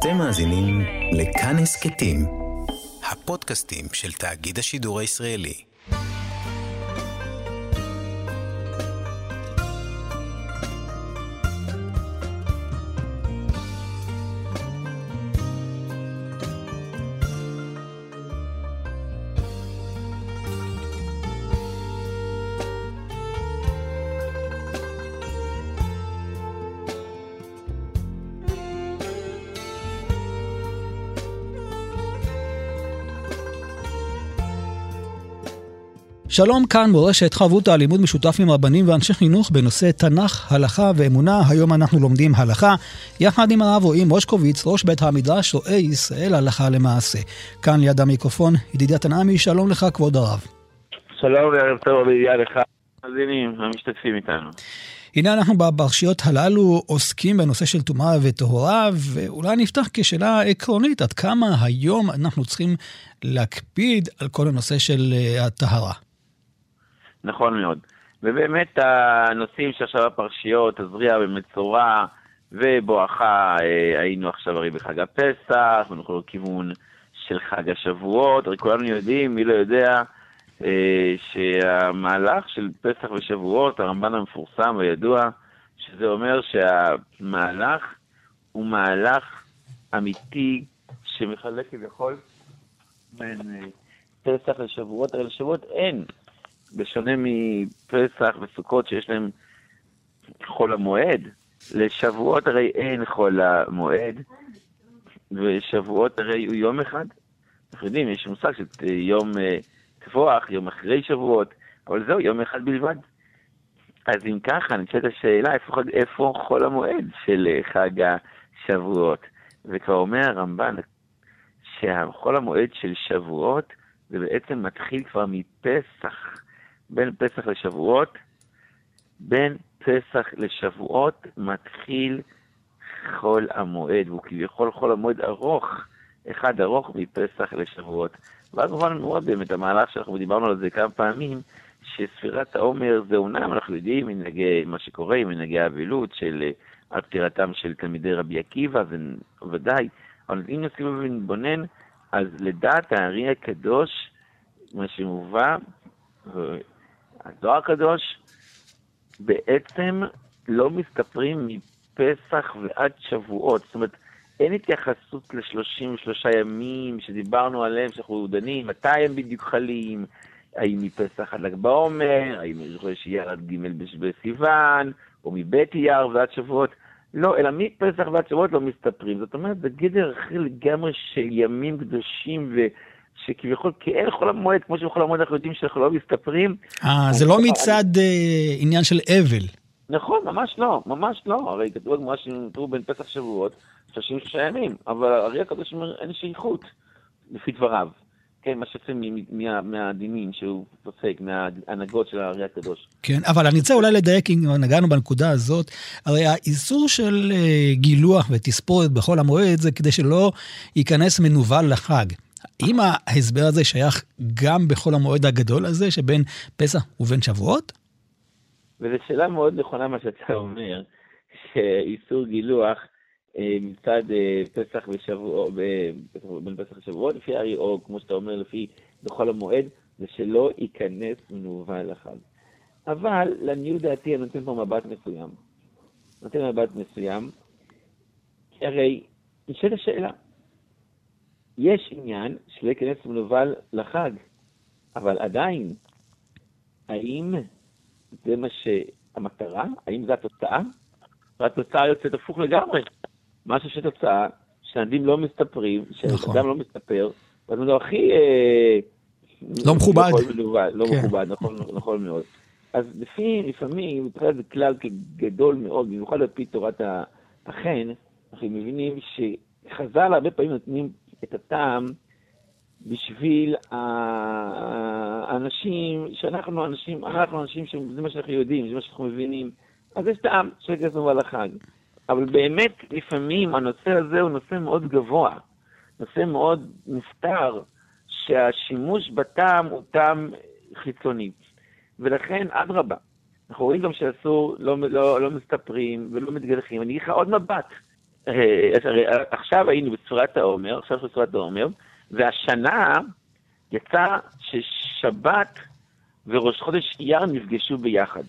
אתם מאזינים לכאן הסכתים, הפודקאסטים של תאגיד השידור הישראלי. שלום, כאן מורשת חבותה, לימוד משותף עם רבנים ואנשי חינוך בנושא תנ"ך, הלכה ואמונה. היום אנחנו לומדים הלכה יחד עם הרב רועי מושקוביץ, ראש בית המדרש רואה ישראל הלכה למעשה. כאן ליד המיקרופון ידידיה תנעמי, שלום לך כבוד הרב. שלום וערב טוב לידיעה לך, מאזינים המשתתפים איתנו. הנה אנחנו בפרשיות הללו עוסקים בנושא של טומאה וטהרה, ואולי נפתח כשאלה עקרונית, עד כמה היום אנחנו צריכים להקפיד על כל הנושא של הטהרה. נכון מאוד. ובאמת הנושאים שעכשיו הפרשיות, הזריעה ומצורע ובואכה, היינו עכשיו הרי בחג הפסח, ואנחנו לכיוון של חג השבועות. הרי כולנו יודעים, מי לא יודע, שהמהלך של פסח ושבועות, הרמב"ן המפורסם וידוע, שזה אומר שהמהלך הוא מהלך אמיתי שמחלק כביכול בין פסח לשבועות. הרי לשבועות אין, בשונה מפסח וסוכות שיש להם חול המועד, לשבועות הרי אין חול המועד, ושבועות הרי הוא יום אחד. אנחנו יודעים, יש מושג של יום טבוח, יום אחרי שבועות, אבל זהו יום אחד בלבד. אז אם ככה, נשאלת השאלה, איפה חול המועד של חג השבועות? וכבר אומר הרמב"ן, שהחול המועד של שבועות, זה בעצם מתחיל כבר מפסח. בין פסח לשבועות, בין פסח לשבועות מתחיל חול המועד, והוא כביכול חול המועד ארוך, אחד ארוך מפסח לשבועות. ואז מובן מאוד באמת המהלך שאנחנו דיברנו על זה כמה פעמים, שספירת העומר זה אומנם, אנחנו יודעים מנהגי מה שקורה, מנהגי האבלות של על פטירתם של תלמידי רבי עקיבא, זה ודאי, אבל אם נשים ונתבונן, אז לדעת הארי הקדוש, מה שמובא, הזוהר הקדוש, בעצם לא מסתפרים מפסח ועד שבועות. זאת אומרת, אין התייחסות ל33 ימים שדיברנו עליהם, שאנחנו דנים, מתי הם בדיוק חלים, האם מפסח עד ל"ג בעומר, האם יש אייר עד ג' בסיוון, או מבית אייר ועד שבועות. לא, אלא מפסח ועד שבועות לא מסתפרים. זאת אומרת, זה גדר אחר לגמרי של ימים קדושים שכביכול כאין חול המועד, כמו שבחול המועד אנחנו יודעים שאנחנו לא מסתפרים. זה לא מצד עניין של אבל. נכון, ממש לא, ממש לא. הרי כתוב הגמרא שנותרו בין פסח שבועות 36 ימים, אבל הארי הקדוש אומר אין שייכות, לפי דבריו. כן, מה שיוצא מהדינים שהוא פוסק, מההנהגות של הארי הקדוש. כן, אבל אני רוצה אולי לדייק, אם נגענו בנקודה הזאת, הרי האיסור של גילוח ותספורת בחול המועד זה כדי שלא ייכנס מנוול לחג. האם ההסבר הזה שייך גם בחול המועד הגדול הזה שבין פסח ובין שבועות? וזו שאלה מאוד נכונה מה שאתה אומר, שאיסור גילוח מצד פסח ושבועות, בין פסח ושבועות, לפי הארי, או כמו שאתה אומר, לפי בחול המועד, זה שלא ייכנס מנוול לחג. אבל לעניות דעתי אני נותן פה מבט מסוים. נותן מבט מסוים, כי הרי נשאלת השאלה, יש עניין שלא ייכנס מנוול לחג, אבל עדיין, האם זה מה שהמטרה? האם זה התוצאה? והתוצאה יוצאת הפוך לגמרי. משהו שתוצאה, שאנשים לא מסתפרים, שאדם לא מסתפר, ואז הוא הכי לא מכובד. לא מכובד, נכון מאוד. אז לפעמים, זה כלל גדול מאוד, במיוחד על פי תורת החן, אנחנו מבינים שחז"ל הרבה פעמים נותנים את הטעם בשביל האנשים, שאנחנו אנשים שזה מה שאנחנו יודעים, זה מה שאנחנו מבינים, אז יש טעם שכסנו על החג. אבל באמת לפעמים הנושא הזה הוא נושא מאוד גבוה, נושא מאוד נפטר, שהשימוש בטעם הוא טעם חיצוני. ולכן אנחנו רואים גם שאסור, לא מסתפרים ולא מתגלחים. אני אגיד לך עוד מבט, עכשיו היינו בספירת העומר, והשנה יצא ששבת וראש חודש אייר נפגשו ביחד.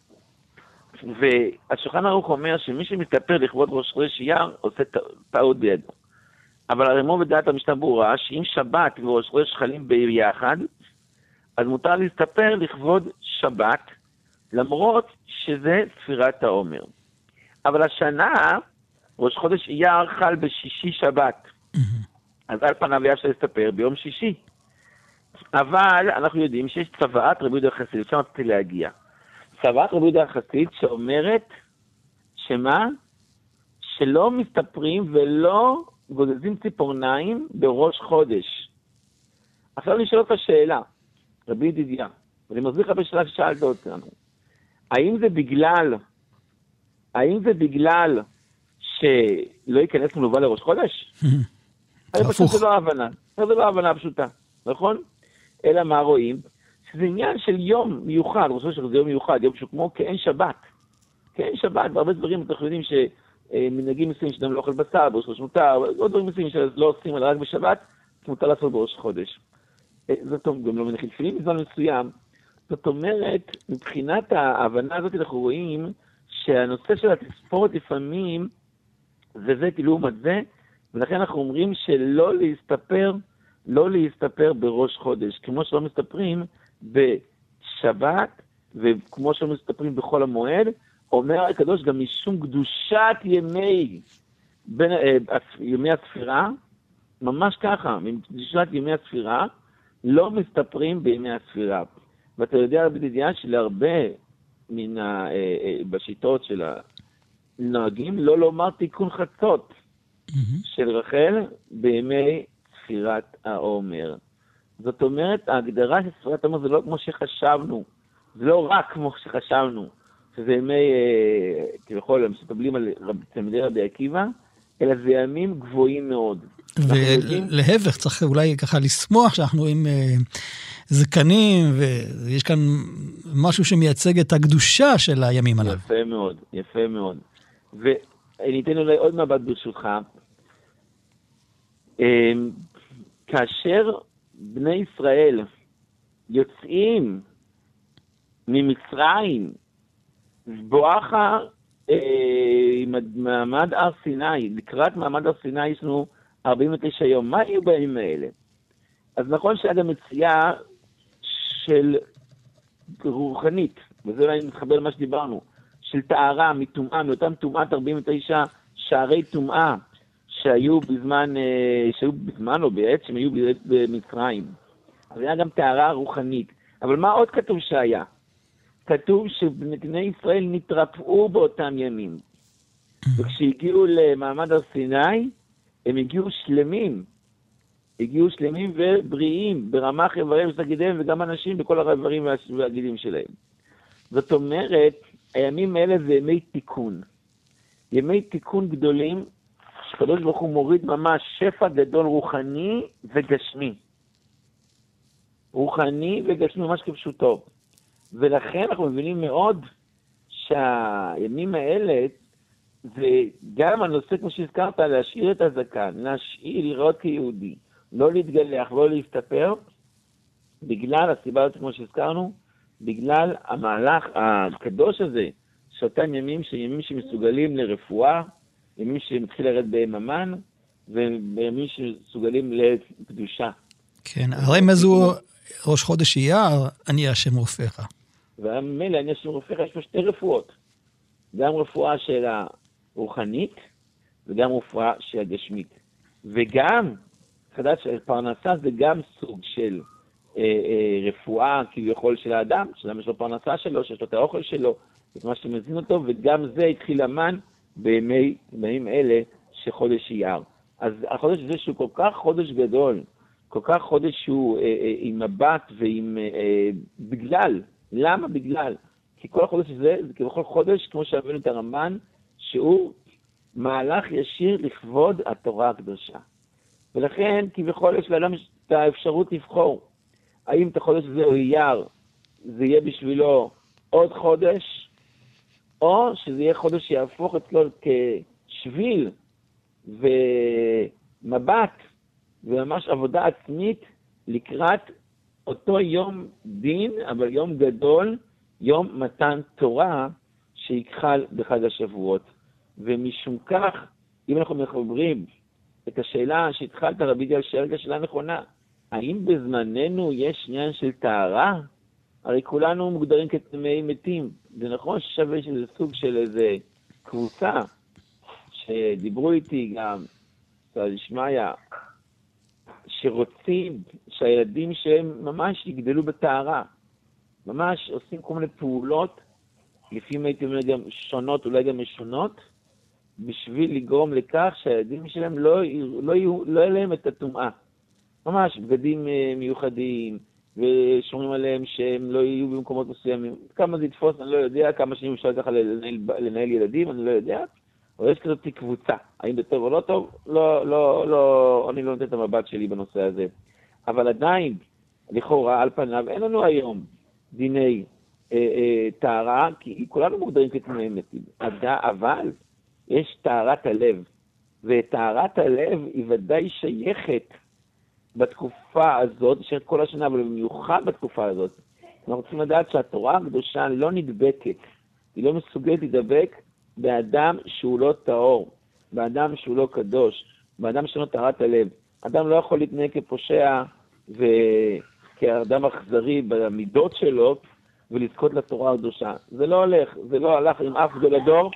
והשולחן ערוך אומר שמי שמסתפר לכבוד ראש חודש אייר עושה טעות בידו. אבל הרמ"א בדעת המשנה ברורה שאם שבת וראש חודש חלים ביחד, אז מותר להסתפר לכבוד שבת, למרות שזה ספירת העומר. אבל השנה ראש חודש אייר חל בשישי שבת. אז על פניו היה אפשר להסתפר ביום שישי. אבל אנחנו יודעים שיש צוואת רבי יהודה החסיד, שם רציתי להגיע. צוואת רבי יהודה החסיד שאומרת שמה? שלא מסתפרים ולא גוזזים ציפורניים בראש חודש. עכשיו אני שואל אותך שאלה, רבי ידידיה, ואני מחזיר לך בשאלה ששאלת אותנו. האם זה בגלל שלא ייכנס מלווה לראש חודש? הפוך. זה לא הבנה פשוטה, נכון? אלא מה רואים? שזה עניין של יום מיוחד, ראש חודש זה יום מיוחד, יום שהוא כמו כאין שבת. כאין שבת, והרבה דברים אנחנו יודעים שמנהגים מסוימים שאדם לא אוכל בשר, בראש חודש מותר, עוד דברים מסוימים שלא עושים אלא רק בשבת, מותר לעשות בראש חודש. זאת אומרת, גם לא מנחים תפילין בזמן מסוים. זאת אומרת, מבחינת ההבנה הזאת אנחנו רואים שהנושא של התספורת לפעמים, וזה לעומת זה, ולכן אנחנו אומרים שלא להסתפר בראש חודש, כמו שלא מסתפרים בשבת, וכמו שלא מסתפרים בכל המועד, אומר הקדוש גם משום קדושת ימי הספירה, ממש ככה, מקדושת ימי הספירה, לא מסתפרים בימי הספירה. ואתה יודע רבי ידידיה שלהרבה בשיטות של הנוהגים לא לומר תיקון חצות של רחל בימי ספירת העומר. זאת אומרת, ההגדרה של ספירת העומר זה לא כמו שחשבנו, זה לא רק כמו שחשבנו, שזה ימי, כביכול, הם מסתבלים על תלמידי רבי עקיבא, אלא זה ימים גבוהים מאוד. ולהפך, צריך אולי ככה לשמוח שאנחנו עם זקנים, ויש כאן משהו שמייצג את הקדושה של הימים עליו. יפה מאוד, יפה מאוד. ואני אתן אולי עוד מבט ברשותך. כאשר בני ישראל יוצאים ממצרים, בואכה מעמד הר סיני, לקראת מעמד הר סיני יש לנו 49 יום. מה יהיו בימים האלה? אז נכון שהיה גם מציאה של רוחנית, וזה אולי מתחבר למה שדיברנו, של טהרה מטומאה, מאותם טומאת 49 שערי טומאה שהיו בזמן או בעת שהם היו במצרים. אז היה גם טהרה רוחנית. אבל מה עוד כתוב שהיה? כתוב שבני ישראל נתרפאו באותם ימים. וכשהגיעו למעמד הר סיני, הם הגיעו שלמים ובריאים, ברמ"ח איבריהם ותגידיהם, וגם אנשים בכל האיברים והגידים שלהם. זאת אומרת, הימים האלה זה ימי תיקון גדולים, שקדוש ברוך הוא מוריד ממש שפע גדול רוחני וגשמי. ממש כפשוטו. ולכן אנחנו מבינים מאוד שהימים האלה, זה גם הנושא כמו שהזכרת, להשאיר את הזקן, לראות כיהודי, לא להתגלח ולא להסתפר, בגלל הסיבה הזאת כמו שהזכרנו, בגלל המהלך הקדוש הזה, שאותם ימים שמסוגלים לרפואה, ימים שמתחיל לרד בהם המן, וימים שמסוגלים לקדושה. כן, הרי מזו ראש חודש אייר, אני השם רופאך. והמילא, אני השם רופאך, יש פה שתי רפואות. גם רפואה של הרוחנית, וגם רפואה של הגשמית. וגם, חדש, פרנסה זה גם סוג של רפואה כביכול של האדם, שאדם יש לו פרנסה שלו, שיש לו את האוכל שלו, את מה שמזין אותו, וגם זה התחיל המן בימים אלה של חודש אייר. אז החודש הזה שהוא כל כך חודש גדול, כל כך חודש שהוא עם מבט ועם בגלל. למה בגלל? כי כל החודש הזה זה כבכל חודש, כמו שהבאנו את הרמב"ן, שהוא מהלך ישיר לכבוד התורה הקדושה. ולכן כבכל יש לאדם את האפשרות לבחור. האם את החודש הזה הוא אייר, זה יהיה בשבילו עוד חודש, או שזה יהיה חודש שיהפוך אצלו כשביל ומבט, וממש עבודה עצמית לקראת אותו יום דין, אבל יום גדול, יום מתן תורה שיכחל בחג השבועות. ומשום כך, אם אנחנו מחברים את השאלה שהתחלת רבי ידידיה, שהרגע שאלה נכונה, האם בזמננו יש עניין של טהרה? הרי כולנו מוגדרים כטמאי מתים. זה נכון ששווה שזה סוג של איזה קבוצה, שדיברו איתי גם, שמעיה, שרוצים שהילדים שהם ממש יגדלו בטהרה, ממש עושים כל מיני פעולות, לפעמים הייתי אומר גם שונות, אולי גם משונות, בשביל לגרום לכך שהילדים שלהם לא יהיה להם את הטומאה. ממש בגדים מיוחדים, ושומרים עליהם שהם לא יהיו במקומות מסוימים. כמה זה יתפוס, אני לא יודע, כמה שנים אפשר ככה לנהל ילדים, אני לא יודע. אבל יש כזאת קבוצה. האם זה טוב או לא טוב? לא, אני לא נותן את המבט שלי בנושא הזה. אבל עדיין, לכאורה, על פניו, אין לנו היום דיני טהרה, כי כולנו מוגדרים כטמאי מתים. אבל יש טהרת הלב. וטהרת הלב היא ודאי שייכת בתקופה הזאת, של כל השנה, אבל במיוחד בתקופה הזאת. אנחנו רוצים לדעת שהתורה הקדושה לא נדבקת. היא לא מסוגלת להידבק באדם שהוא לא טהור, באדם שהוא לא קדוש, באדם שלא טהרת הלב. אדם לא יכול להתנהג כפושע וכאדם אכזרי במידות שלו ולזכות לתורה הקדושה. זה לא הולך, זה לא הלך עם אף גדול הדור,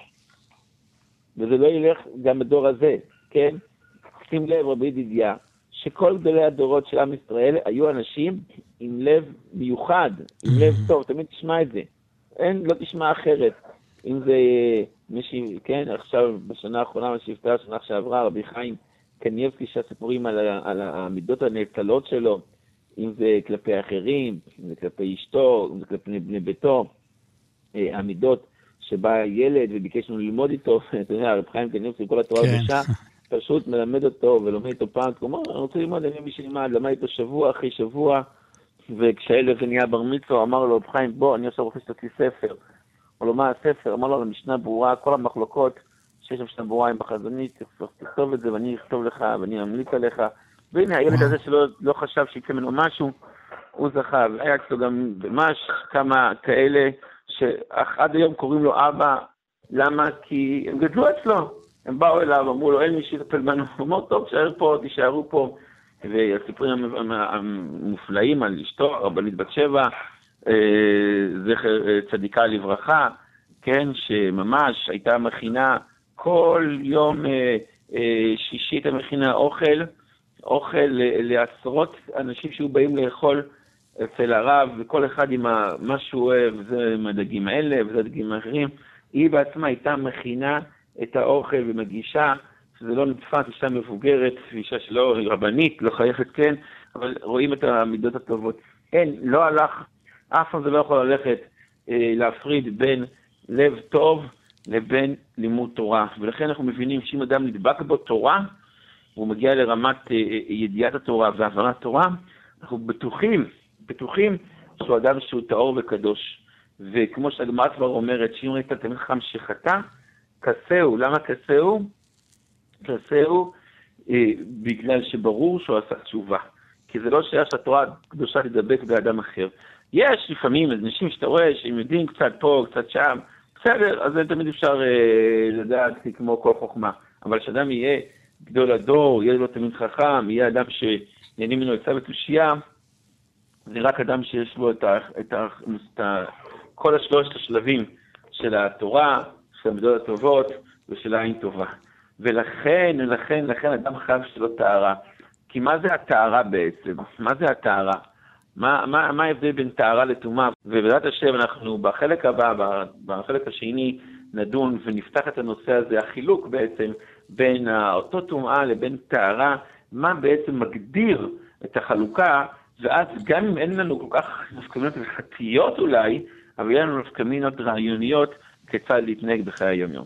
וזה לא ילך גם בדור הזה, כן? שים לב רבי ידידיה, שכל גדולי הדורות של עם ישראל היו אנשים עם לב מיוחד, עם לב טוב, תמיד תשמע את זה. לא תשמע אחרת. אם זה מישהי, כן, עכשיו בשנה האחרונה, השנה שעברה, רבי חיים קניבסקי, שהסיפורים על המידות הנאצלות שלו, אם זה כלפי אחרים, אם זה כלפי אשתו, אם זה כלפי בני ביתו, המידות שבא ילד וביקש לנו ללמוד איתו, אתה יודע, רבי חיים קניבסקי, כל התורה הקדושה, פשוט מלמד אותו ולומד איתו פעם, כמו, אני רוצה ללמוד, אני מי שלמד, למד איתו שבוע אחרי שבוע, וכשהילד נהיה בר מצווה, אמר לו, רבי חיים, בוא, אני עכשיו רוצה שתוציא ספר. אמר לו, מה הספר? אמר לו, המשנה ברורה, כל המחלוקות שיש משנה ברורה עם החזונית, תכתוב את זה ואני אכתוב לך ואני אמליץ עליך. והנה, הילד הזה שלא חשב שיקרה ממנו משהו, הוא זכה. והיה אצלו גם ממש כמה כאלה שעד היום קוראים לו אבא. למה? כי הם גדלו אצלו. הם באו אליו, אמרו לו, אין מי שיטפל בנו. הוא אמר, טוב, תישארו פה. והסיפורים המופלאים על אשתו, הרבנית בת שבע, זכר צדיקה לברכה, כן, שממש הייתה מכינה כל יום שישי, הייתה מכינה אוכל לעשרות אנשים שהיו באים לאכול אצל הרב, וכל אחד עם מה שהוא אוהב, זה עם הדגים האלה וזה הדגים האחרים. היא בעצמה הייתה מכינה את האוכל ומגישה, שזה לא נתפס, אישה מבוגרת, אישה שלא רבנית, לא חייכת, כן, אבל רואים את המידות הטובות. אין, לא הלך, אף פעם זה לא יכול ללכת להפריד בין לב טוב לבין לימוד תורה. ולכן אנחנו מבינים שאם אדם נדבק בו תורה, והוא מגיע לרמת ידיעת התורה והעברת תורה, אנחנו בטוחים שהוא אדם שהוא טהור וקדוש. וכמו שהגמרא כבר אומרת, שאם ראית תלמיד חכם שחטא, כסהו. למה כסהו? כסהו בגלל שברור שהוא עשה תשובה. כי זה לא שהתורה הקדושה תדבק באדם אחר. יש לפעמים אנשים שאתה רואה שהם יודעים קצת פה, קצת שם, בסדר, אז זה תמיד אפשר לדעת כמו כל חוכמה. אבל שאדם יהיה גדול הדור, יהיה לו תמיד חכם, יהיה אדם שנהנים ממנו עצה ותושייה, זה רק אדם שיש לו את כל השלושת השלבים של התורה, של המידות הטובות ושל העין טובה. ולכן אדם חייב שלו טהרה. כי מה זה הטהרה בעצם? מה זה הטהרה? מה ההבדל בין טהרה לטומאה? ובעזרת השם אנחנו בחלק הבא, בחלק השני, נדון ונפתח את הנושא הזה, החילוק בעצם בין אותו טומאה לבין טהרה, מה בעצם מגדיר את החלוקה, ואז גם אם אין לנו כל כך נפקמינות הלכתיות אולי, אבל יהיה לנו נפקמינות רעיוניות כיצד להתנהג בחיי היום-יום.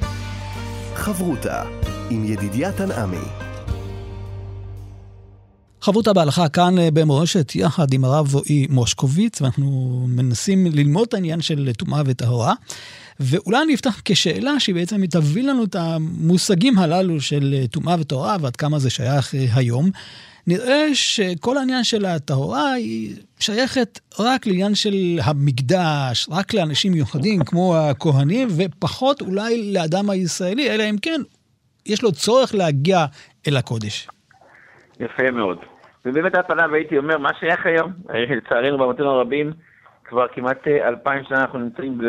חברותה עם ידידיה תנעמי. חברותה בהלכה כאן במורשת יחד עם הרב רועי מושקוביץ, ואנחנו מנסים ללמוד את העניין של טומאה וטהרה, ואולי נפתח כשאלה שהיא בעצם תביא לנו את המושגים הללו של טומאה וטהרה ועד כמה זה שייך היום. נראה שכל העניין של הטהרה היא שייכת רק לעניין של המקדש, רק לאנשים מיוחדים כמו הכהנים, ופחות אולי לאדם הישראלי, אלא אם כן יש לו צורך להגיע אל הקודש. יפה מאוד. ובאמת הפניו הייתי אומר, מה שייך היום? לצערנו במתנו הרבים, כבר כמעט 2000 שנה אנחנו נמצאים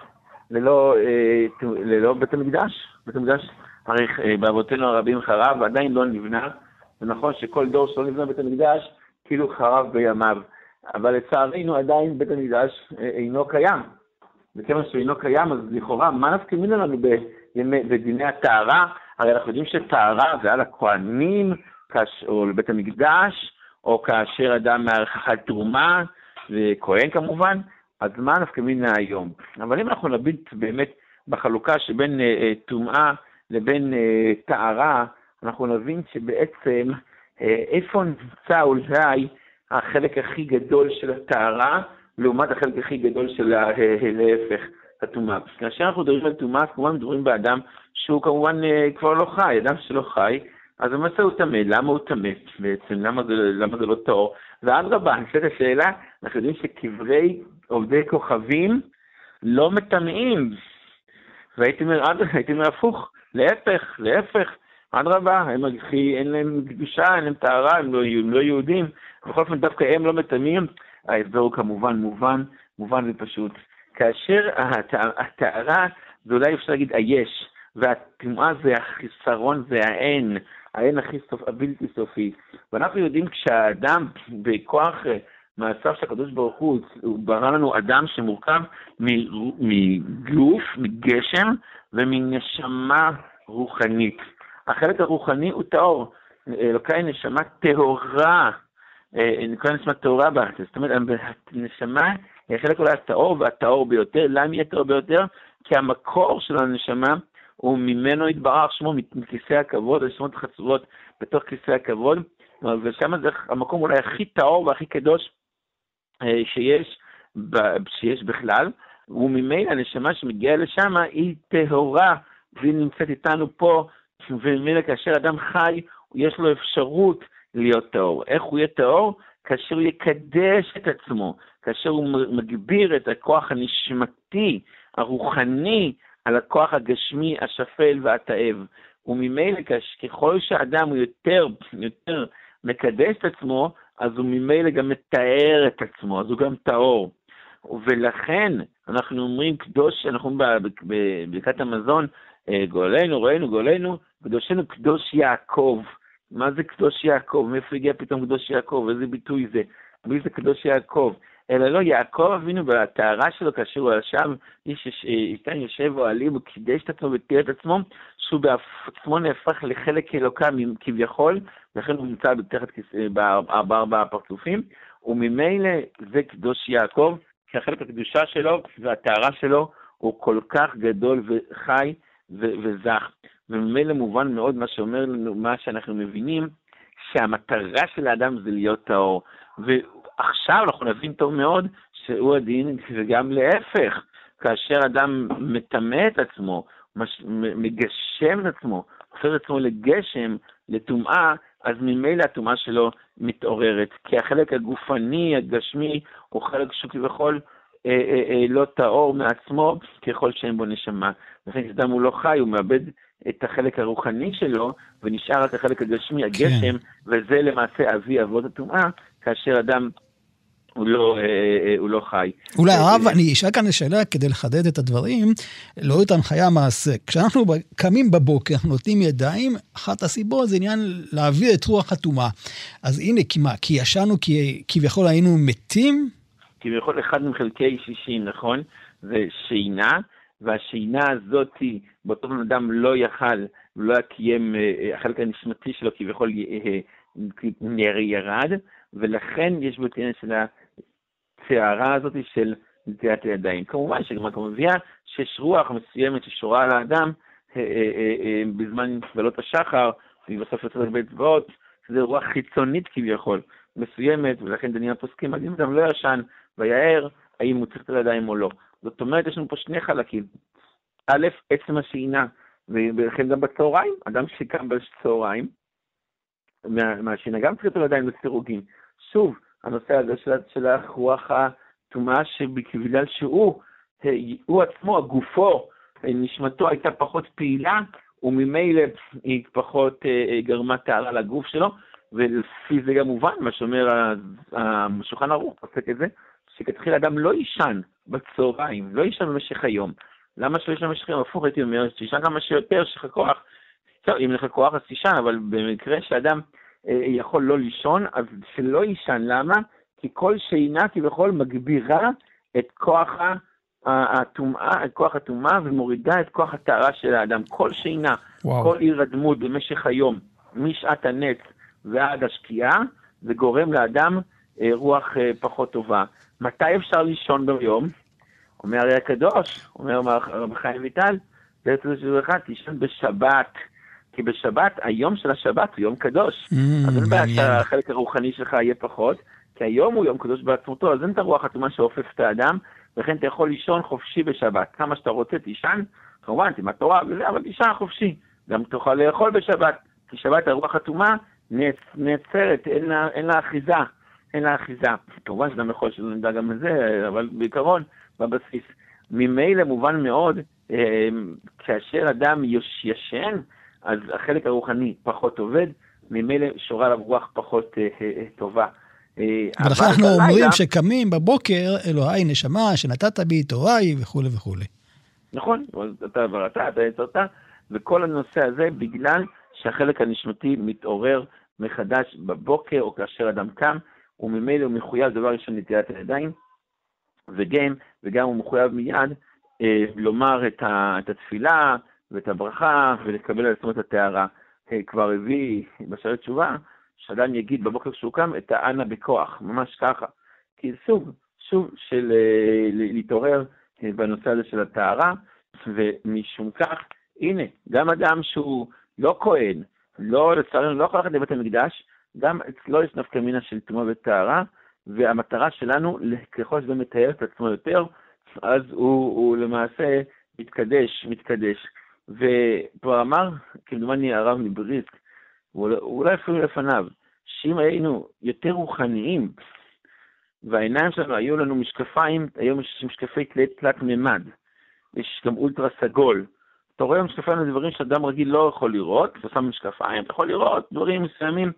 ללא בית המקדש. בית המקדש הרי באבותינו הרבים חרב, ועדיין לא נבנה. זה נכון שכל דור שלא נבנה בית המקדש, כאילו חרב בימיו. אבל לצערנו עדיין בית המקדש אינו קיים. וכיוון שהוא אינו קיים, אז לכאורה, מה נפקא מינה לנו בדיני הטהרה? הרי אנחנו יודעים שטהרה זה על הכהנים, או לבית המקדש, או כאשר אדם מערך תרומה, וכהן כמובן, אז מה נפקא מינה היום? אבל אם אנחנו נביט באמת בחלוקה שבין טומאה לבין טהרה, אנחנו נבין שבעצם איפה נמצא אולי החלק הכי גדול של הטהרה, לעומת החלק הכי גדול של להפך, הטומאה. כאשר אנחנו מדברים על טומאה, כמובן מדברים באדם שהוא כמובן כבר לא חי, אדם שלא חי, אז המסע הוא תמה. למה הוא תמה בעצם? למה זה לא טהור? ואדרבה, אני חושבת השאלה, אנחנו יודעים שקברי עובדי כוכבים לא מטמאים. והייתי אומר הפוך, להפך. אדרבה, אין להם קדושה, אין להם טהרה, הם לא יהודים. בכל אופן דווקא הם לא מטמאים. ההסבר הוא כמובן מובן ופשוט. כאשר הטהרה זה אולי אפשר להגיד היש, והטומאה זה החיסרון, זה האין הבלתי סופי. ואנחנו יודעים כשהאדם בכוח מעשיו של הקדוש ברוך הוא ברא לנו אדם שמורכב מגוף, מגשם ומנשמה רוחנית. החלק הרוחני הוא טהור. אלוקי נשמה טהורה. נקרא נשמה טהורה בארץ. זאת אומרת, הנשמה היא החלק אולי הטהור והטהור ביותר. למה יהיה טהור ביותר? כי המקור של הנשמה הוא ממנו התברר שמו מכיסא הכבוד, השמות חצובות בתוך כיסא הכבוד, ושם זה המקום אולי הכי טהור והכי קדוש שיש בכלל, וממילא הנשמה שמגיעה לשם היא טהורה, והיא נמצאת איתנו פה, וממילא כאשר אדם חי, יש לו אפשרות להיות טהור. איך הוא יהיה טהור? כאשר הוא יקדש את עצמו, כאשר הוא מגביר את הכוח הנשמתי, הרוחני, על הכוח הגשמי, השפל והתאב. וממילא ככל שהאדם הוא יותר מקדש את עצמו, אז הוא ממילא גם מתאר את עצמו, אז הוא גם טהור. ולכן אנחנו אומרים קדוש, אנחנו בברכת המזון, גואלנו, קדושנו קדוש יעקב. מה זה קדוש יעקב? מאיפה הגיע פתאום קדוש יעקב? איזה ביטוי זה? מי זה קדוש יעקב? אלא לא, יעקב אבינו בטהרה שלו, כאשר הוא ישב, איתן יושב אוהלים, הוא קידש את עצמו ותיאר את עצמו, שהוא בעצמו נהפך לחלק אלוקה כביכול, לכן הוא נמצא בתחת בארבע הפרצופים, וממילא זה קדוש יעקב, כי החלק הקדושה שלו והטהרה שלו הוא כל כך גדול וחי וזך. וממילא מובן מאוד מה שאומר לנו, מה שאנחנו מבינים, שהמטרה של האדם זה להיות טהור. ועכשיו אנחנו נבין טוב מאוד שהוא הדין, וגם להפך, כאשר אדם מטמא את עצמו, מגשם את עצמו, הופך את עצמו לגשם, לטומאה, אז ממילא הטומאה שלו מתעוררת. כי החלק הגופני, הגשמי, הוא חלק שכביכול לא טהור מעצמו, ככל שאין בו נשמה. לכן כשאדם הוא לא חי, הוא מאבד את החלק הרוחני שלו, ונשאר רק החלק הגשמי, הגשם, וזה למעשה אבי אבות הטומאה, כאשר אדם הוא לא חי. אולי הרב, אני אשאל כאן שאלה כדי לחדד את הדברים, לא את הנחיה מעשה. כשאנחנו קמים בבוקר, נותנים ידיים, אחת הסיבות זה עניין להעביר את רוח הטומאה. אז הנה, כי ישנו, כביכול היינו מתים? כביכול אחד מחלקי 60, נכון? זה שינה, והשינה הזאת, באותו אדם לא יכל, לא יקיים, החלק הנשמתי שלו כביכול ירד, ולכן יש בו תנאי של הצערה הזאת של נטיית הידיים. כמובן שגם מביאה שיש רוח מסוימת ששורה על האדם בזמן קבלות השחר, ובסוף יוצא בית צבאות, זה רוח חיצונית כביכול, מסוימת, ולכן דנים הפוסקים, אז אם גם לא ישן ויער, האם הוא צריך את הידיים או לא. זאת אומרת, יש לנו פה שני חלקים. א', עצם השינה, ולכן גם בצהריים, אדם שקם בצהריים, מהשינה גם צריך את הידיים לסירוגין. שוב, הנושא הזה של הרוח הטומאה, שבגלל שהוא עצמו, הגופו, נשמתו הייתה פחות פעילה, וממילא היא פחות גרמה טהרה לגוף שלו, ולפי זה גם מובן, מה שאומר השולחן ערוך, עוסק את זה, שכתחיל אדם לא יישן בצהריים, לא יישן במשך היום. למה שלא יישן במשך היום? הפוך, הייתי אומר, שישן כמה שיותר, שיש לך כוח. טוב, אם לך כוח אז תישן, אבל במקרה שאדם יכול לא לישון, אז שלא יישן. למה? כי כל שינה כביכול מגבירה את כוח הטומאה, ומורידה את כוח הטהרה של האדם. כל שינה, כל הירדמות במשך היום, משעת הנץ ועד השקיעה, זה גורם לאדם רוח פחות טובה. מתי אפשר לישון ביום? אומר הרי הקדוש, אומר רבי חיים ויטל, זה תישן בשבת, כי בשבת, היום של השבת הוא יום קדוש. אז אין בעיה שהחלק הרוחני שלך יהיה פחות, כי היום הוא יום קדוש בעצמותו, אז אין את הרוח הטומאה שאופף את האדם, וכן אתה יכול לישון חופשי בשבת. כמה שאתה רוצה תישן, כמובן, תימד תורה וזה, אבל תישן חופשי. גם תוכל לאכול בשבת, כי שבת הרוח הטומאה נעצרת, אין לה אחיזה. אין לה אחיזה. כמובן שאדם יכול שלא נדע גם לזה, אבל בעיקרון, בבסיס. ממילא מובן מאוד, כאשר אדם ישן, אז החלק הרוחני פחות עובד, ממילא שורה עליו רוח פחות טובה. ולכן אנחנו אומרים שקמים בבוקר, אלוהי נשמה, שנתת בי תוראי וכו' וכו'. נכון, אתה יצרת, וכל הנושא הזה בגלל שהחלק הנשמתי מתעורר מחדש בבוקר, או כאשר אדם קם, וממילא הוא מחויב דבר ראשון נטילת הידיים, וגם הוא מחויב מיד לומר את התפילה ואת הברכה, ולקבל על עצמו את הטהרה. כבר הביא בשערי תשובה, שאדם יגיד בבוקר שהוא קם את האנה בכוח, ממש ככה. כי סוג של להתעורר בנושא הזה של הטהרה, ומשום כך, הנה, גם אדם שהוא לא כהן, לצערנו לא יכול ללכת לבית המקדש, גם אצלו יש נפקא מינה של טומאה וטהרה, והמטרה שלנו, ככל שזה מתאר את עצמו יותר, אז הוא למעשה מתקדש. וכבר אמר, כמדומני הרב מבריסק, אולי אפילו לפניו, שאם היינו יותר רוחניים, והעיניים שלנו היו לנו משקפיים, היום יש משקפי תלת ממד, יש גם אולטרה סגול, אתה רואה משקפיים זה דברים שאדם רגיל לא יכול לראות, אתה שם משקפיים, אתה יכול לראות דברים מסוימים,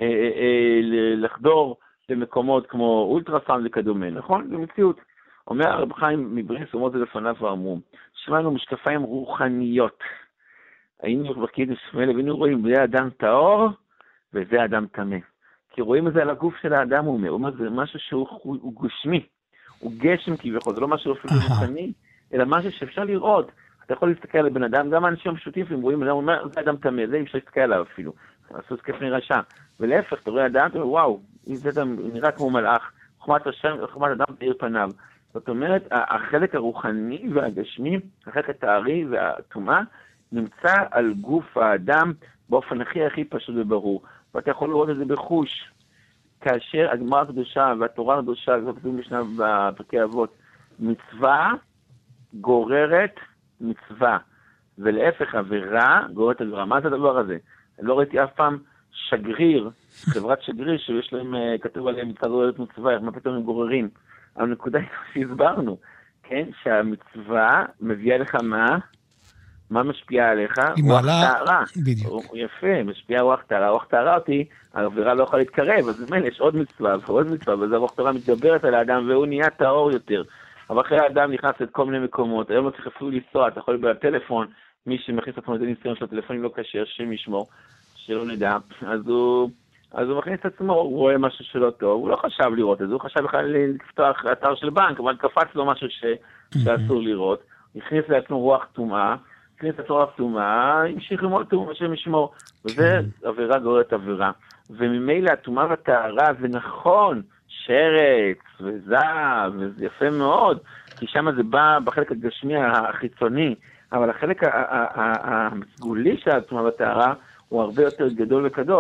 לחדור למקומות כמו אולטרסאונד וכדומה, נכון? במציאות. אומר הרב חיים מבריסק, אומר את זה לפניו ואמרו, שמענו משקפיים רוחניות. היינו בקידוש שמאלה, והיינו רואים, זה אדם טהור, וזה אדם טמא. כי רואים את זה על הגוף של האדם, הוא אומר, זה משהו שהוא גשמי, הוא גשם כביכול, זה לא משהו אפילו רוחני, אלא משהו שאפשר לראות. אתה יכול להסתכל על בן אדם, גם האנשים הפשוטים, הם רואים, הוא אומר, זה אדם טמא, זה אפשר להסתכל עליו אפילו. עשו סקפני רשע. ולהפך, אתה רואה אדם, אתה אומר, וואו, זה אדם נראה כמו מלאך, חוכמת אדם בעיר פניו. זאת אומרת, החלק הרוחני והגשמי, החלק הטהרי והטומאה, נמצא על גוף האדם באופן הכי פשוט וברור. ואתה יכול לראות את זה בחוש. כאשר הגמרא הקדושה והתורה הקדושה, זאת כתוב משנה בפרקי אבות, מצווה גוררת מצווה, ולהפך עבירה גוררת עבירה. מה זה הדבר הזה? לא ראיתי אף פעם שגריר, חברת שגריר שיש להם, כתוב עליהם מצווה גוררת מצווה, מה פתאום הם גוררים? הנקודה היא שהסברנו, כן? שהמצווה מביאה לך מה משפיעה עליך? רוח טהרה. בדיוק. יפה, משפיעה רוח טהרה. רוח טהרה אותי, העבירה לא יכולה להתקרב, אז באמת יש עוד מצווה ועוד מצווה, וזה רוח טהרה מתגברת על האדם, והוא נהיה טהור יותר. אבל אחרי האדם נכנס את כל מיני מקומות, היום לא צריך אפילו לנסוע, אתה יכול להיות בטלפון, מי שמכניס את עצמו את הניסיון של הטלפונים לא קשר, שם ישמור, שלא נדע, אז הוא מכניס את עצמו, הוא רואה משהו שלא טוב, הוא לא חשב לראות את זה, הוא חשב בכלל לפתוח אתר של בנק, אבל קפץ לו משהו שאסור לראות, הכניס לעצמו רוח טומאה, המשיך ללמוד טומאה, השם ישמור, וזה עבירה גוררת עבירה, וממילא הטומאה והטהרה זה נכון, שרץ וזהב, וזה יפה מאוד, כי שם זה בא בחלק הגשמי החיצוני, אבל החלק הסגולי של הטומאה והטהרה הוא הרבה יותר גדול וקדוש,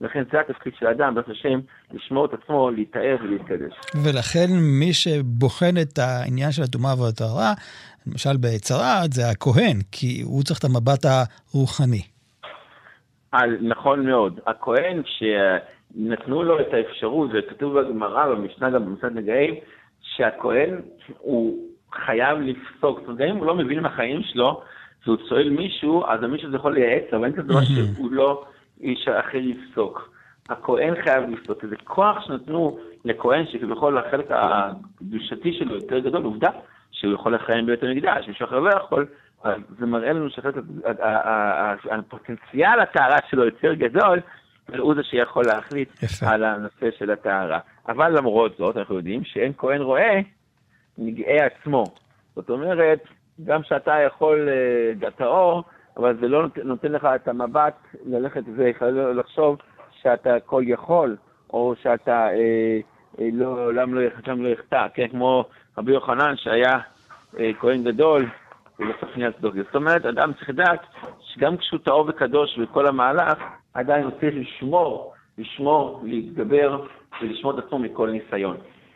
ולכן זה התפקיד של האדם, בעזרת השם, לשמור את עצמו, להתאר ולהתקדש. ולכן מי שבוחן את העניין של הטומאה והטהרה, למשל בצרעת, זה הכהן, כי הוא צריך את המבט הרוחני. נכון מאוד. הכהן, כשנתנו לו את האפשרות, וכתוב בגמרא, במשנה גם במסכת נגעים, שהכהן הוא חייב לפסוק. זאת אומרת, גם אם הוא לא מבין מהחיים שלו, והוא שואל מישהו, אז המישהו זה יכול לייעץ, אבל אין כזה דבר שהוא לא איש אחר לפסוק. הכהן חייב לפסוק. זה כוח שנתנו לכהן, שכביכול החלק הקדושתי שלו יותר גדול, עובדה שהוא יכול לחיים ביותר מקדש, מישהו אחר לא יכול, אז זה מראה לנו שהפוטנציאל הטהרה שלו יותר גדול, והוא זה שיכול להחליט על הנושא של הטהרה. אבל למרות זאת, אנחנו יודעים שאין כהן רואה נגעי עצמו. זאת אומרת, גם שאתה יכול טהור, אבל זה לא נותן לך את המבט ללכת ולחשוב שאתה כל יכול, או שאתה לעולם לא יחטא, כן, כמו רבי יוחנן שהיה כהן גדול, ובסוף נהיה צדוק. זאת אומרת, אדם צריך לדעת שגם כשהוא טהור וקדוש וכל המהלך, עדיין הוא צריך לשמור, להתגבר ולשמור את עצמו מכל ניסיון.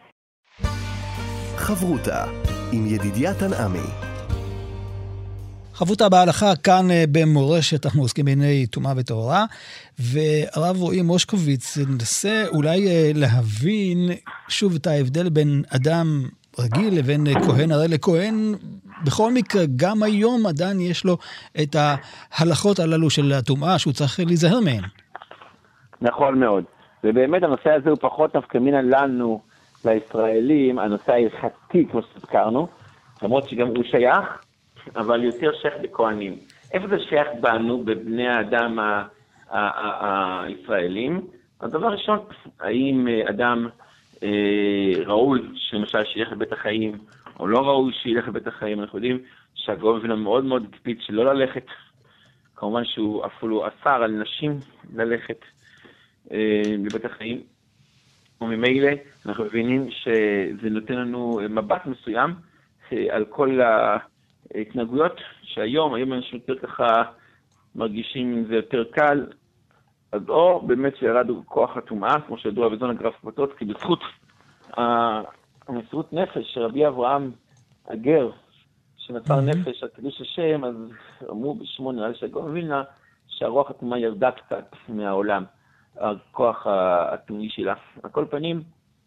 חברותה עם ידידיה תנעמי. חברותה בהלכה, כאן במורשת אנחנו עוסקים בענייני טומאה וטהרה, והרב רועי מושקוביץ ננסה אולי להבין שוב את ההבדל בין אדם רגיל לבין כהן. הרי לכהן בכל מקרה גם היום עדיין יש לו את ההלכות הללו של הטומאה שהוא צריך להיזהר מהן. נכון מאוד, ובאמת הנושא הזה הוא פחות נפקא מינה לנו לישראלים, הנושא ההלכתי כמו שהזכרנו, למרות שגם הוא שייך, אבל יותר שייך בכהנים. איפה זה שייך בנו, בבני האדם הישראלים? הדבר ראשון, האם אדם ראוי שלמשל שילך לבית החיים, או לא ראוי שילך לבית החיים? אנחנו יודעים שהגאון מווילנה מאוד מאוד הקפיד שלא ללכת, כמובן שהוא אפילו אסר על נשים ללכת לבית החיים, וממילא אנחנו מבינים שזה נותן לנו מבט מסוים על כל ההתנהגויות שהיום אנשים יותר ככה מרגישים עם זה יותר קל, אז או באמת שירד כוח הטומאה, כמו שידוע בזון הגרף פוטות, כי בזכות המסירות נפש שרבי אברהם הגר, שנצר נפש על קדוש השם, אז אמרו בשמו נראה לי שהגאון מווילנה, שהרוח הטומאה ירדה קצת מהעולם, הכוח הטומאי שלה. על כל פנים,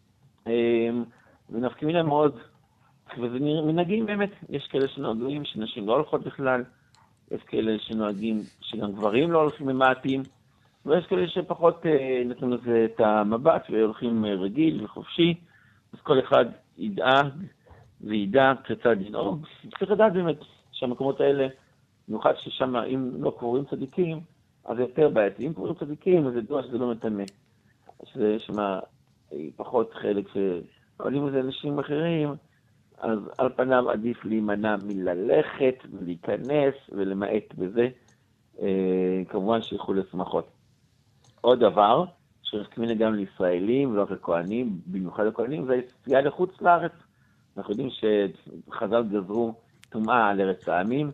ונפקים להם מאוד, וזה מנהגים באמת, יש כאלה שנוהגים שנשים לא הולכות בכלל, יש כאלה שנוהגים שגם גברים לא הולכים ממעטים, ויש כאלה שפחות נתנו לזה את המבט והולכים רגיל וחופשי, אז כל אחד ידאג וידע כיצד לנהוג. צריך לדעת באמת שהמקומות האלה, במיוחד ששם אם לא קוראים צדיקים, אז זה יותר בעייתי. אם קוראים צדיקים, אז ידוע שזה לא מטמא. שזה שמה פחות חלק אבל אם זה אנשים אחרים, אז על פניו עדיף להימנע מללכת ולהיכנס ולמעט בזה, כמובן שילכו לשמחות. עוד דבר, שרסקמינה גם לישראלים ולא לכהנים, במיוחד לכהנים, זה יציאה לחוץ לארץ. אנחנו יודעים שחז"ל גזרו טומאה על ארץ העמים,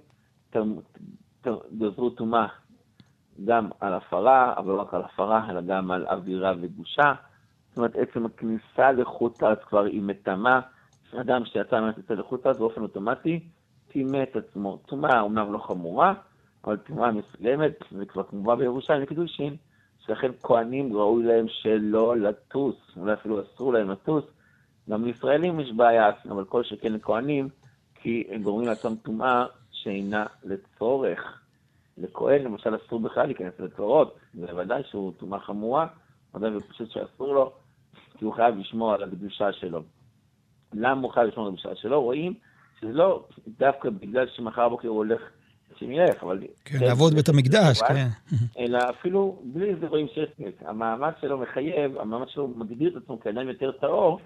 גזרו טומאה גם על הפרה, אבל לא רק על הפרה, אלא גם על אווירה וגושה. זאת אומרת, עצם הכניסה לחוץ לארץ כבר היא מטמאה. אדם שיצא מהכניסה לחוץ לארץ באופן אוטומטי, טימא את עצמו. טומאה אומנם לא חמורה, אבל טומאה מסוימת, וכבר כמובן בירושלים לקידושין, שלכן כהנים ראוי להם שלא לטוס, אולי אפילו אסור להם לטוס. גם לישראלים יש בעיה, אבל כל שכן לכהנים, כי הם גורמים לעצמם טומאה שאינה לצורך. לכהן למשל אסור בכלל להיכנס לצורות, זה ודאי שהוא טומאה חמורה, ודאי ופשוט שאסור לו, כי הוא חייב לשמור על הקדושה שלו. למה הוא חייב לשמור על הקדושה שלו? רואים שזה לא דווקא בגלל שמחר בוקר הוא הולך שמילך, אבל... כן, לעבוד בית המקדש, כן. אלא אפילו בלי זה רואים שהמעמד שלו מחייב, המעמד שלו מגדיר את עצמו כאדם יותר טהור,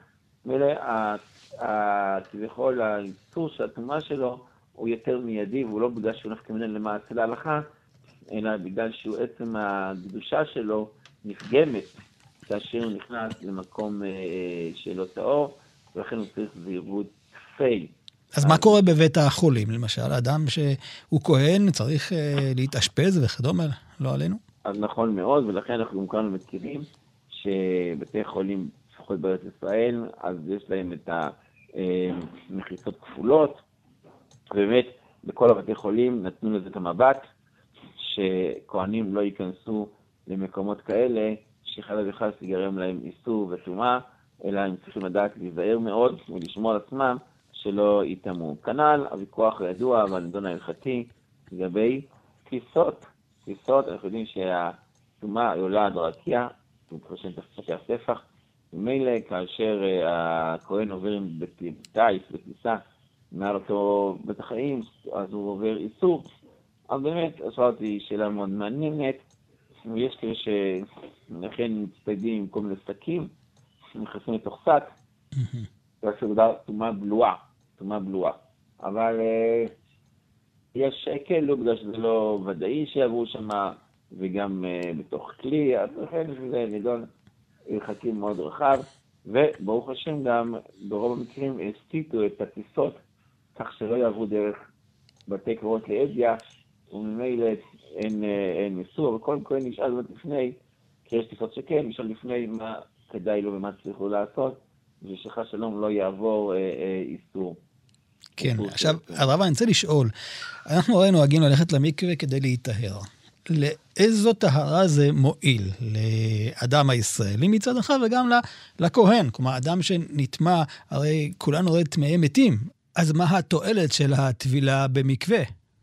כביכול האיסור של הטומאה שלו הוא יותר מיידי, והוא לא בגלל שהוא נפקא מינה למעשה להלכה, אלא בגלל שהוא עצם הקדושה שלו נפגמת, כאשר הוא נכנס למקום שלא טהור, ולכן הוא צריך זהירות תפל. אז מה קורה בבית החולים? למשל, אדם שהוא כהן צריך להתאשפז וכדומה, לא עלינו? אז נכון מאוד, ולכן אנחנו גם כאן מכירים שבתי חולים, לפחות בארץ ישראל, אז יש להם את המחיצות כפולות, ובאמת בכל הבתי חולים נתנו לזה את המבט, שכהנים לא ייכנסו למקומות כאלה, שחלילה וחס ייגרם להם איסור וטומאה, אלא הם צריכים לדעת להיזהר מאוד ולשמור על עצמם שלא יטמאו. כנ"ל הוויכוח הידוע והנדון ההלכתי לגבי תפיסות. תפיסות, אנחנו יודעים שהטומאה עולה עד רקיע, מתפרשן תפסקי הספח, ומילא כאשר הכהן עובר עם בטיס, בטיסה, מעל אותו בית החיים, אז הוא עובר איסור. אז באמת, שאלתי שאלה מאוד מעניינת, ויש כאלה שלכן מצטיידים עם כל מיני שקים, נכנסים לתוך שק, והסעודה טומאה בלועה, טומאה בלועה. אבל יש כאלו, בגלל שזה לא ודאי שיעברו שם, וגם בתוך כלי, אז לכן זה נידון הלכתי מאוד רחב, וברוך השם גם ברוב המקרים הסתיתו את הטיסות, כך שלא יעברו דרך בתי קברות לאדיה, וממילא אין איסור, אבל קודם כל נשאל זאת לפני, כי יש טיסות שכן, נשאל לפני מה כדאי לו ומה צריכו לעשות, ושחס שלום לא יעבור איסור. כן, עכשיו, הרב, אני רוצה לשאול, אנחנו הרי נוהגים ללכת למקווה כדי להיטהר. לאיזו טהרה זה מועיל לאדם הישראלי מצד אחד וגם לכהן? כלומר, אדם שנטמע, הרי כולנו הרי טמאי מתים, אז מה התועלת של הטבילה במקווה?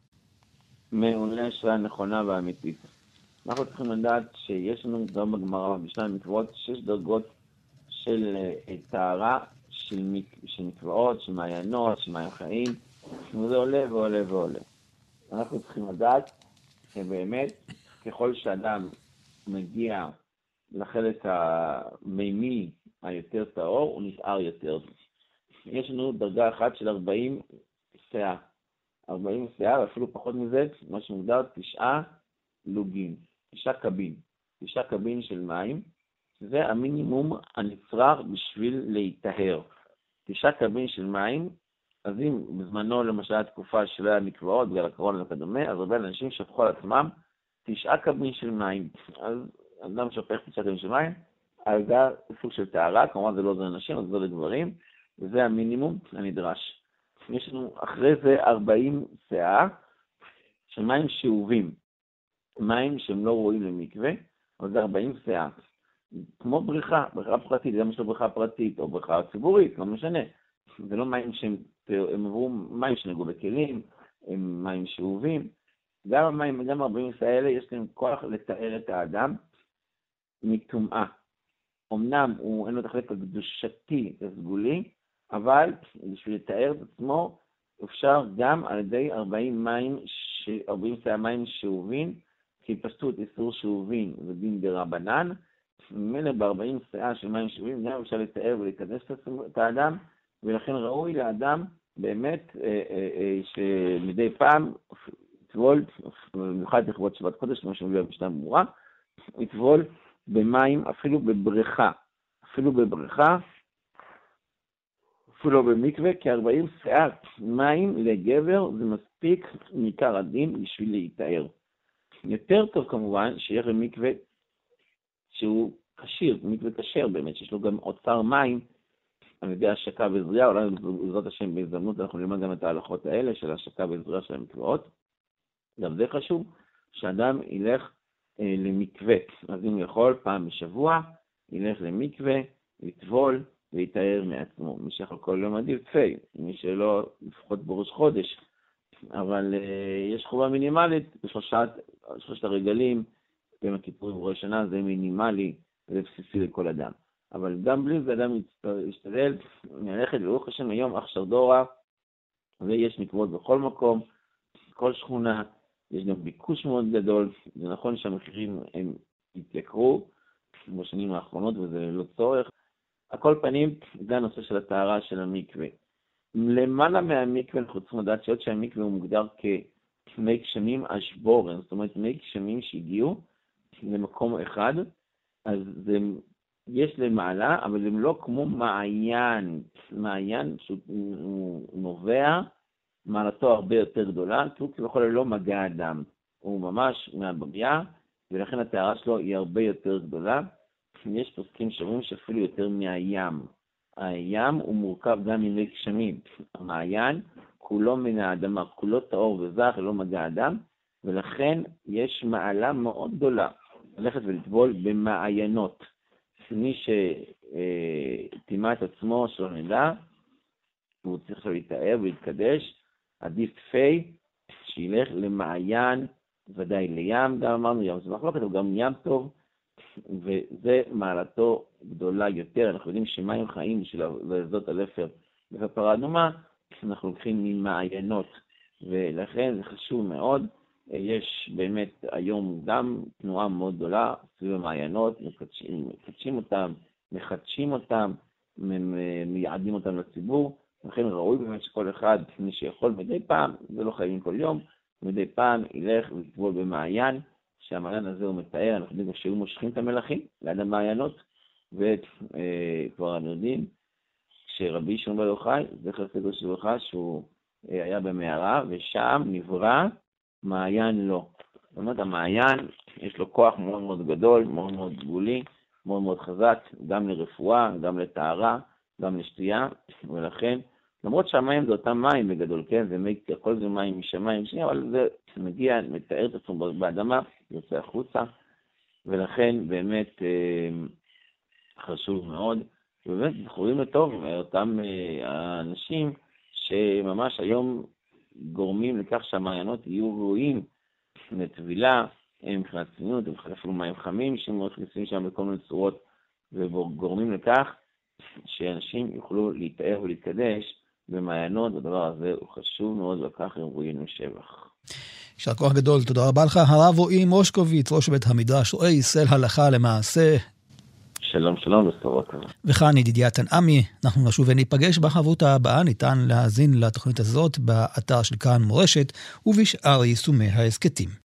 מעולה, שאלה נכונה ואמיתית. אנחנו צריכים לדעת שיש לנו גם בגמרא, בשני המקוואות, 6 דרגות של טהרה, של מקוואות, של מעיינות, של מים חיים, וזה עולה ועולה ועולה. אנחנו צריכים לדעת שבאמת, ככל שאדם מגיע לחלק המימי היותר טהור, הוא נשאר יותר. יש לנו דרגה אחת של 40 שאה. 40 שאה, ואפילו פחות מזה, מה שמוגדר 9 לוגים, 9 קבין. 9 קבין של מים, זה המינימום הנצרך בשביל להיטהר. 9 קבין של מים, אז אם בזמנו למשל התקופה של המקוואות, בגלל הקורונה וכדומה, אז הרבה אנשים שפכו על עצמם 9 קבין של מים. אז אדם שופך 9 קבין של מים, אז זה סוג של טהרה, כמובן זה לא זה אנשים, זה לא לגברים, וזה המינימום הנדרש. יש לנו אחרי זה 40 שאה של מים שאובים, מים שהם לא רואים למקווה, אבל זה 40 שאה. כמו בריכה פרטית, גם יש לו בריכה פרטית או בריכה ציבורית, לא משנה. זה לא מים שהם עברו מים שנגעו בכלים, הם מים שאובים. גם המים, גם 40 שאה האלה, יש להם כוח לתאר את האדם מטומאה. אמנם אין לו את החלק הקדושתי, הסגולי, אבל בשביל לתאר את עצמו, אפשר גם על ידי 40 שאה מים שאובים, כי פשטות איסור שאובים ודין דרבנן, ממילא ב-40 שאה של מים שאובים, גם אפשר לתאר ולהיכנס את האדם, ולכן ראוי לאדם באמת שמדי פעם יטבול, במיוחד לכבוד שבת קודש, כמו שמביאה במשנה ברורה, יטבול במים, אפילו בבריכה, אפילו במקווה, כ-40 שאת מים לגבר זה מספיק מעיקר הדין בשביל להיטהר. יותר טוב כמובן שיהיה למקווה שהוא קשיר, מקווה קשר באמת, שיש לו גם אוצר מים על ידי השקה וזריעה, אולי בעזרת השם בהזדמנות אנחנו נלמד גם את ההלכות האלה של השקה וזריעה של המקוואות. גם זה חשוב שאדם ילך למקווה, אז אם הוא יכול פעם בשבוע, ילך למקווה, לטבול ויתאר מעצמו. מי שיכול כל יום עדיף תפי, מי שלא לפחות בראש חודש, אבל יש חובה מינימלית בשלושת הרגלים, ביום הכיפורים וראש שנה, זה מינימלי, זה בסיסי לכל אדם. אבל גם בלי זה אדם ישתדל, נלכת ברוך השם היום אכשר דורה, ויש מקוואות בכל מקום, כל שכונה, יש גם ביקוש מאוד גדול, זה נכון שהמחירים הם התייקרו בשנים האחרונות וזה לא צורך. הכל פנים, זה הנושא של הטהרה של המקווה. למעלה מהמקווה אנחנו צריכים לדעת שעוד שהמקווה הוא מוגדר כמי גשמים אשבורן, זאת אומרת מי גשמים שהגיעו למקום אחד, אז יש להם מעלה, אבל הם לא כמו מעיין שהוא נובע, מעלתו הרבה יותר גדולה, כי הוא כביכול לא מגע אדם, הוא ממש מהבבייה, ולכן הטהרה שלו היא הרבה יותר גדולה. יש פוסקים שאומרים שאפילו יותר מהים. הים הוא מורכב גם ממי גשמים. המעיין כולו מן האדמה, כולו טהור וזך, ללא מגע אדם, ולכן יש מעלה מאוד גדולה ללכת ולטבול במעיינות. מי שטימא את עצמו שלא נדע, והוא צריך להתאר ולהתקדש, עדיף תפי שילך למעיין, ודאי לים, גם אמרנו ים זה מחלוקת, אבל גם ים טוב, וזה מעלתו גדולה יותר. אנחנו יודעים שמים חיים בשביל לעזות הלפר בפרה אדומה, אנחנו לוקחים ממעיינות, ולכן זה חשוב מאוד. יש באמת היום גם תנועה מאוד גדולה סביב המעיינות, מקדשים אותם, מחדשים אותם, מייעדים אותם לציבור, לכן ראוי באמת שכל אחד, מי שיכול מדי פעם, זה לא חייבים כל יום, מדי פעם ילך ולטבול במעיין, שהמעיין הזה הוא מתאר, אנחנו יודעים שהיו מושכים את המלאכים ליד המעיינות, וכבר אנחנו יודעים שרבי שמעון בר יוחאי, זכר צדיק לברכה, שהוא היה במערה, ושם נברא מעיין לו. זאת אומרת, המעיין יש לו כוח מאוד מאוד גדול, מאוד מאוד גבולי, מאוד מאוד חזק, גם לרפואה, גם לטהרה, גם לשתייה, ולכן, למרות שהמים זה אותם מים בגדול, כן, הכל זה מים משמיים, אבל זה מגיע, מתאר את עצמו באדמה, יוצא החוצה, ולכן באמת חשוב מאוד, ובאמת זכורים לטוב אותם האנשים שממש היום גורמים לכך שהמעיינות יהיו ראויים לטבילה, הם מבחינת צניעות, הם אפילו מים חמים שמכניסים שם בכל מיני צורות, וגורמים לכך שאנשים יוכלו להתאר ולהתקדש במעיינות. הדבר הזה הוא חשוב מאוד, וכך הם ראויים לשבח. יישר כוח גדול, תודה רבה לך, הרב רועי מושקוביץ, ראש בית המדרש רואה ישראל הלכה למעשה. שלום שלום, בשורות טובות. וכאן ידידיה תנעמי, אנחנו נשוב וניפגש בחברותה הבאה. ניתן להאזין לתוכנית הזאת באתר של כאן מורשת ובשאר יישומי ההסכתים.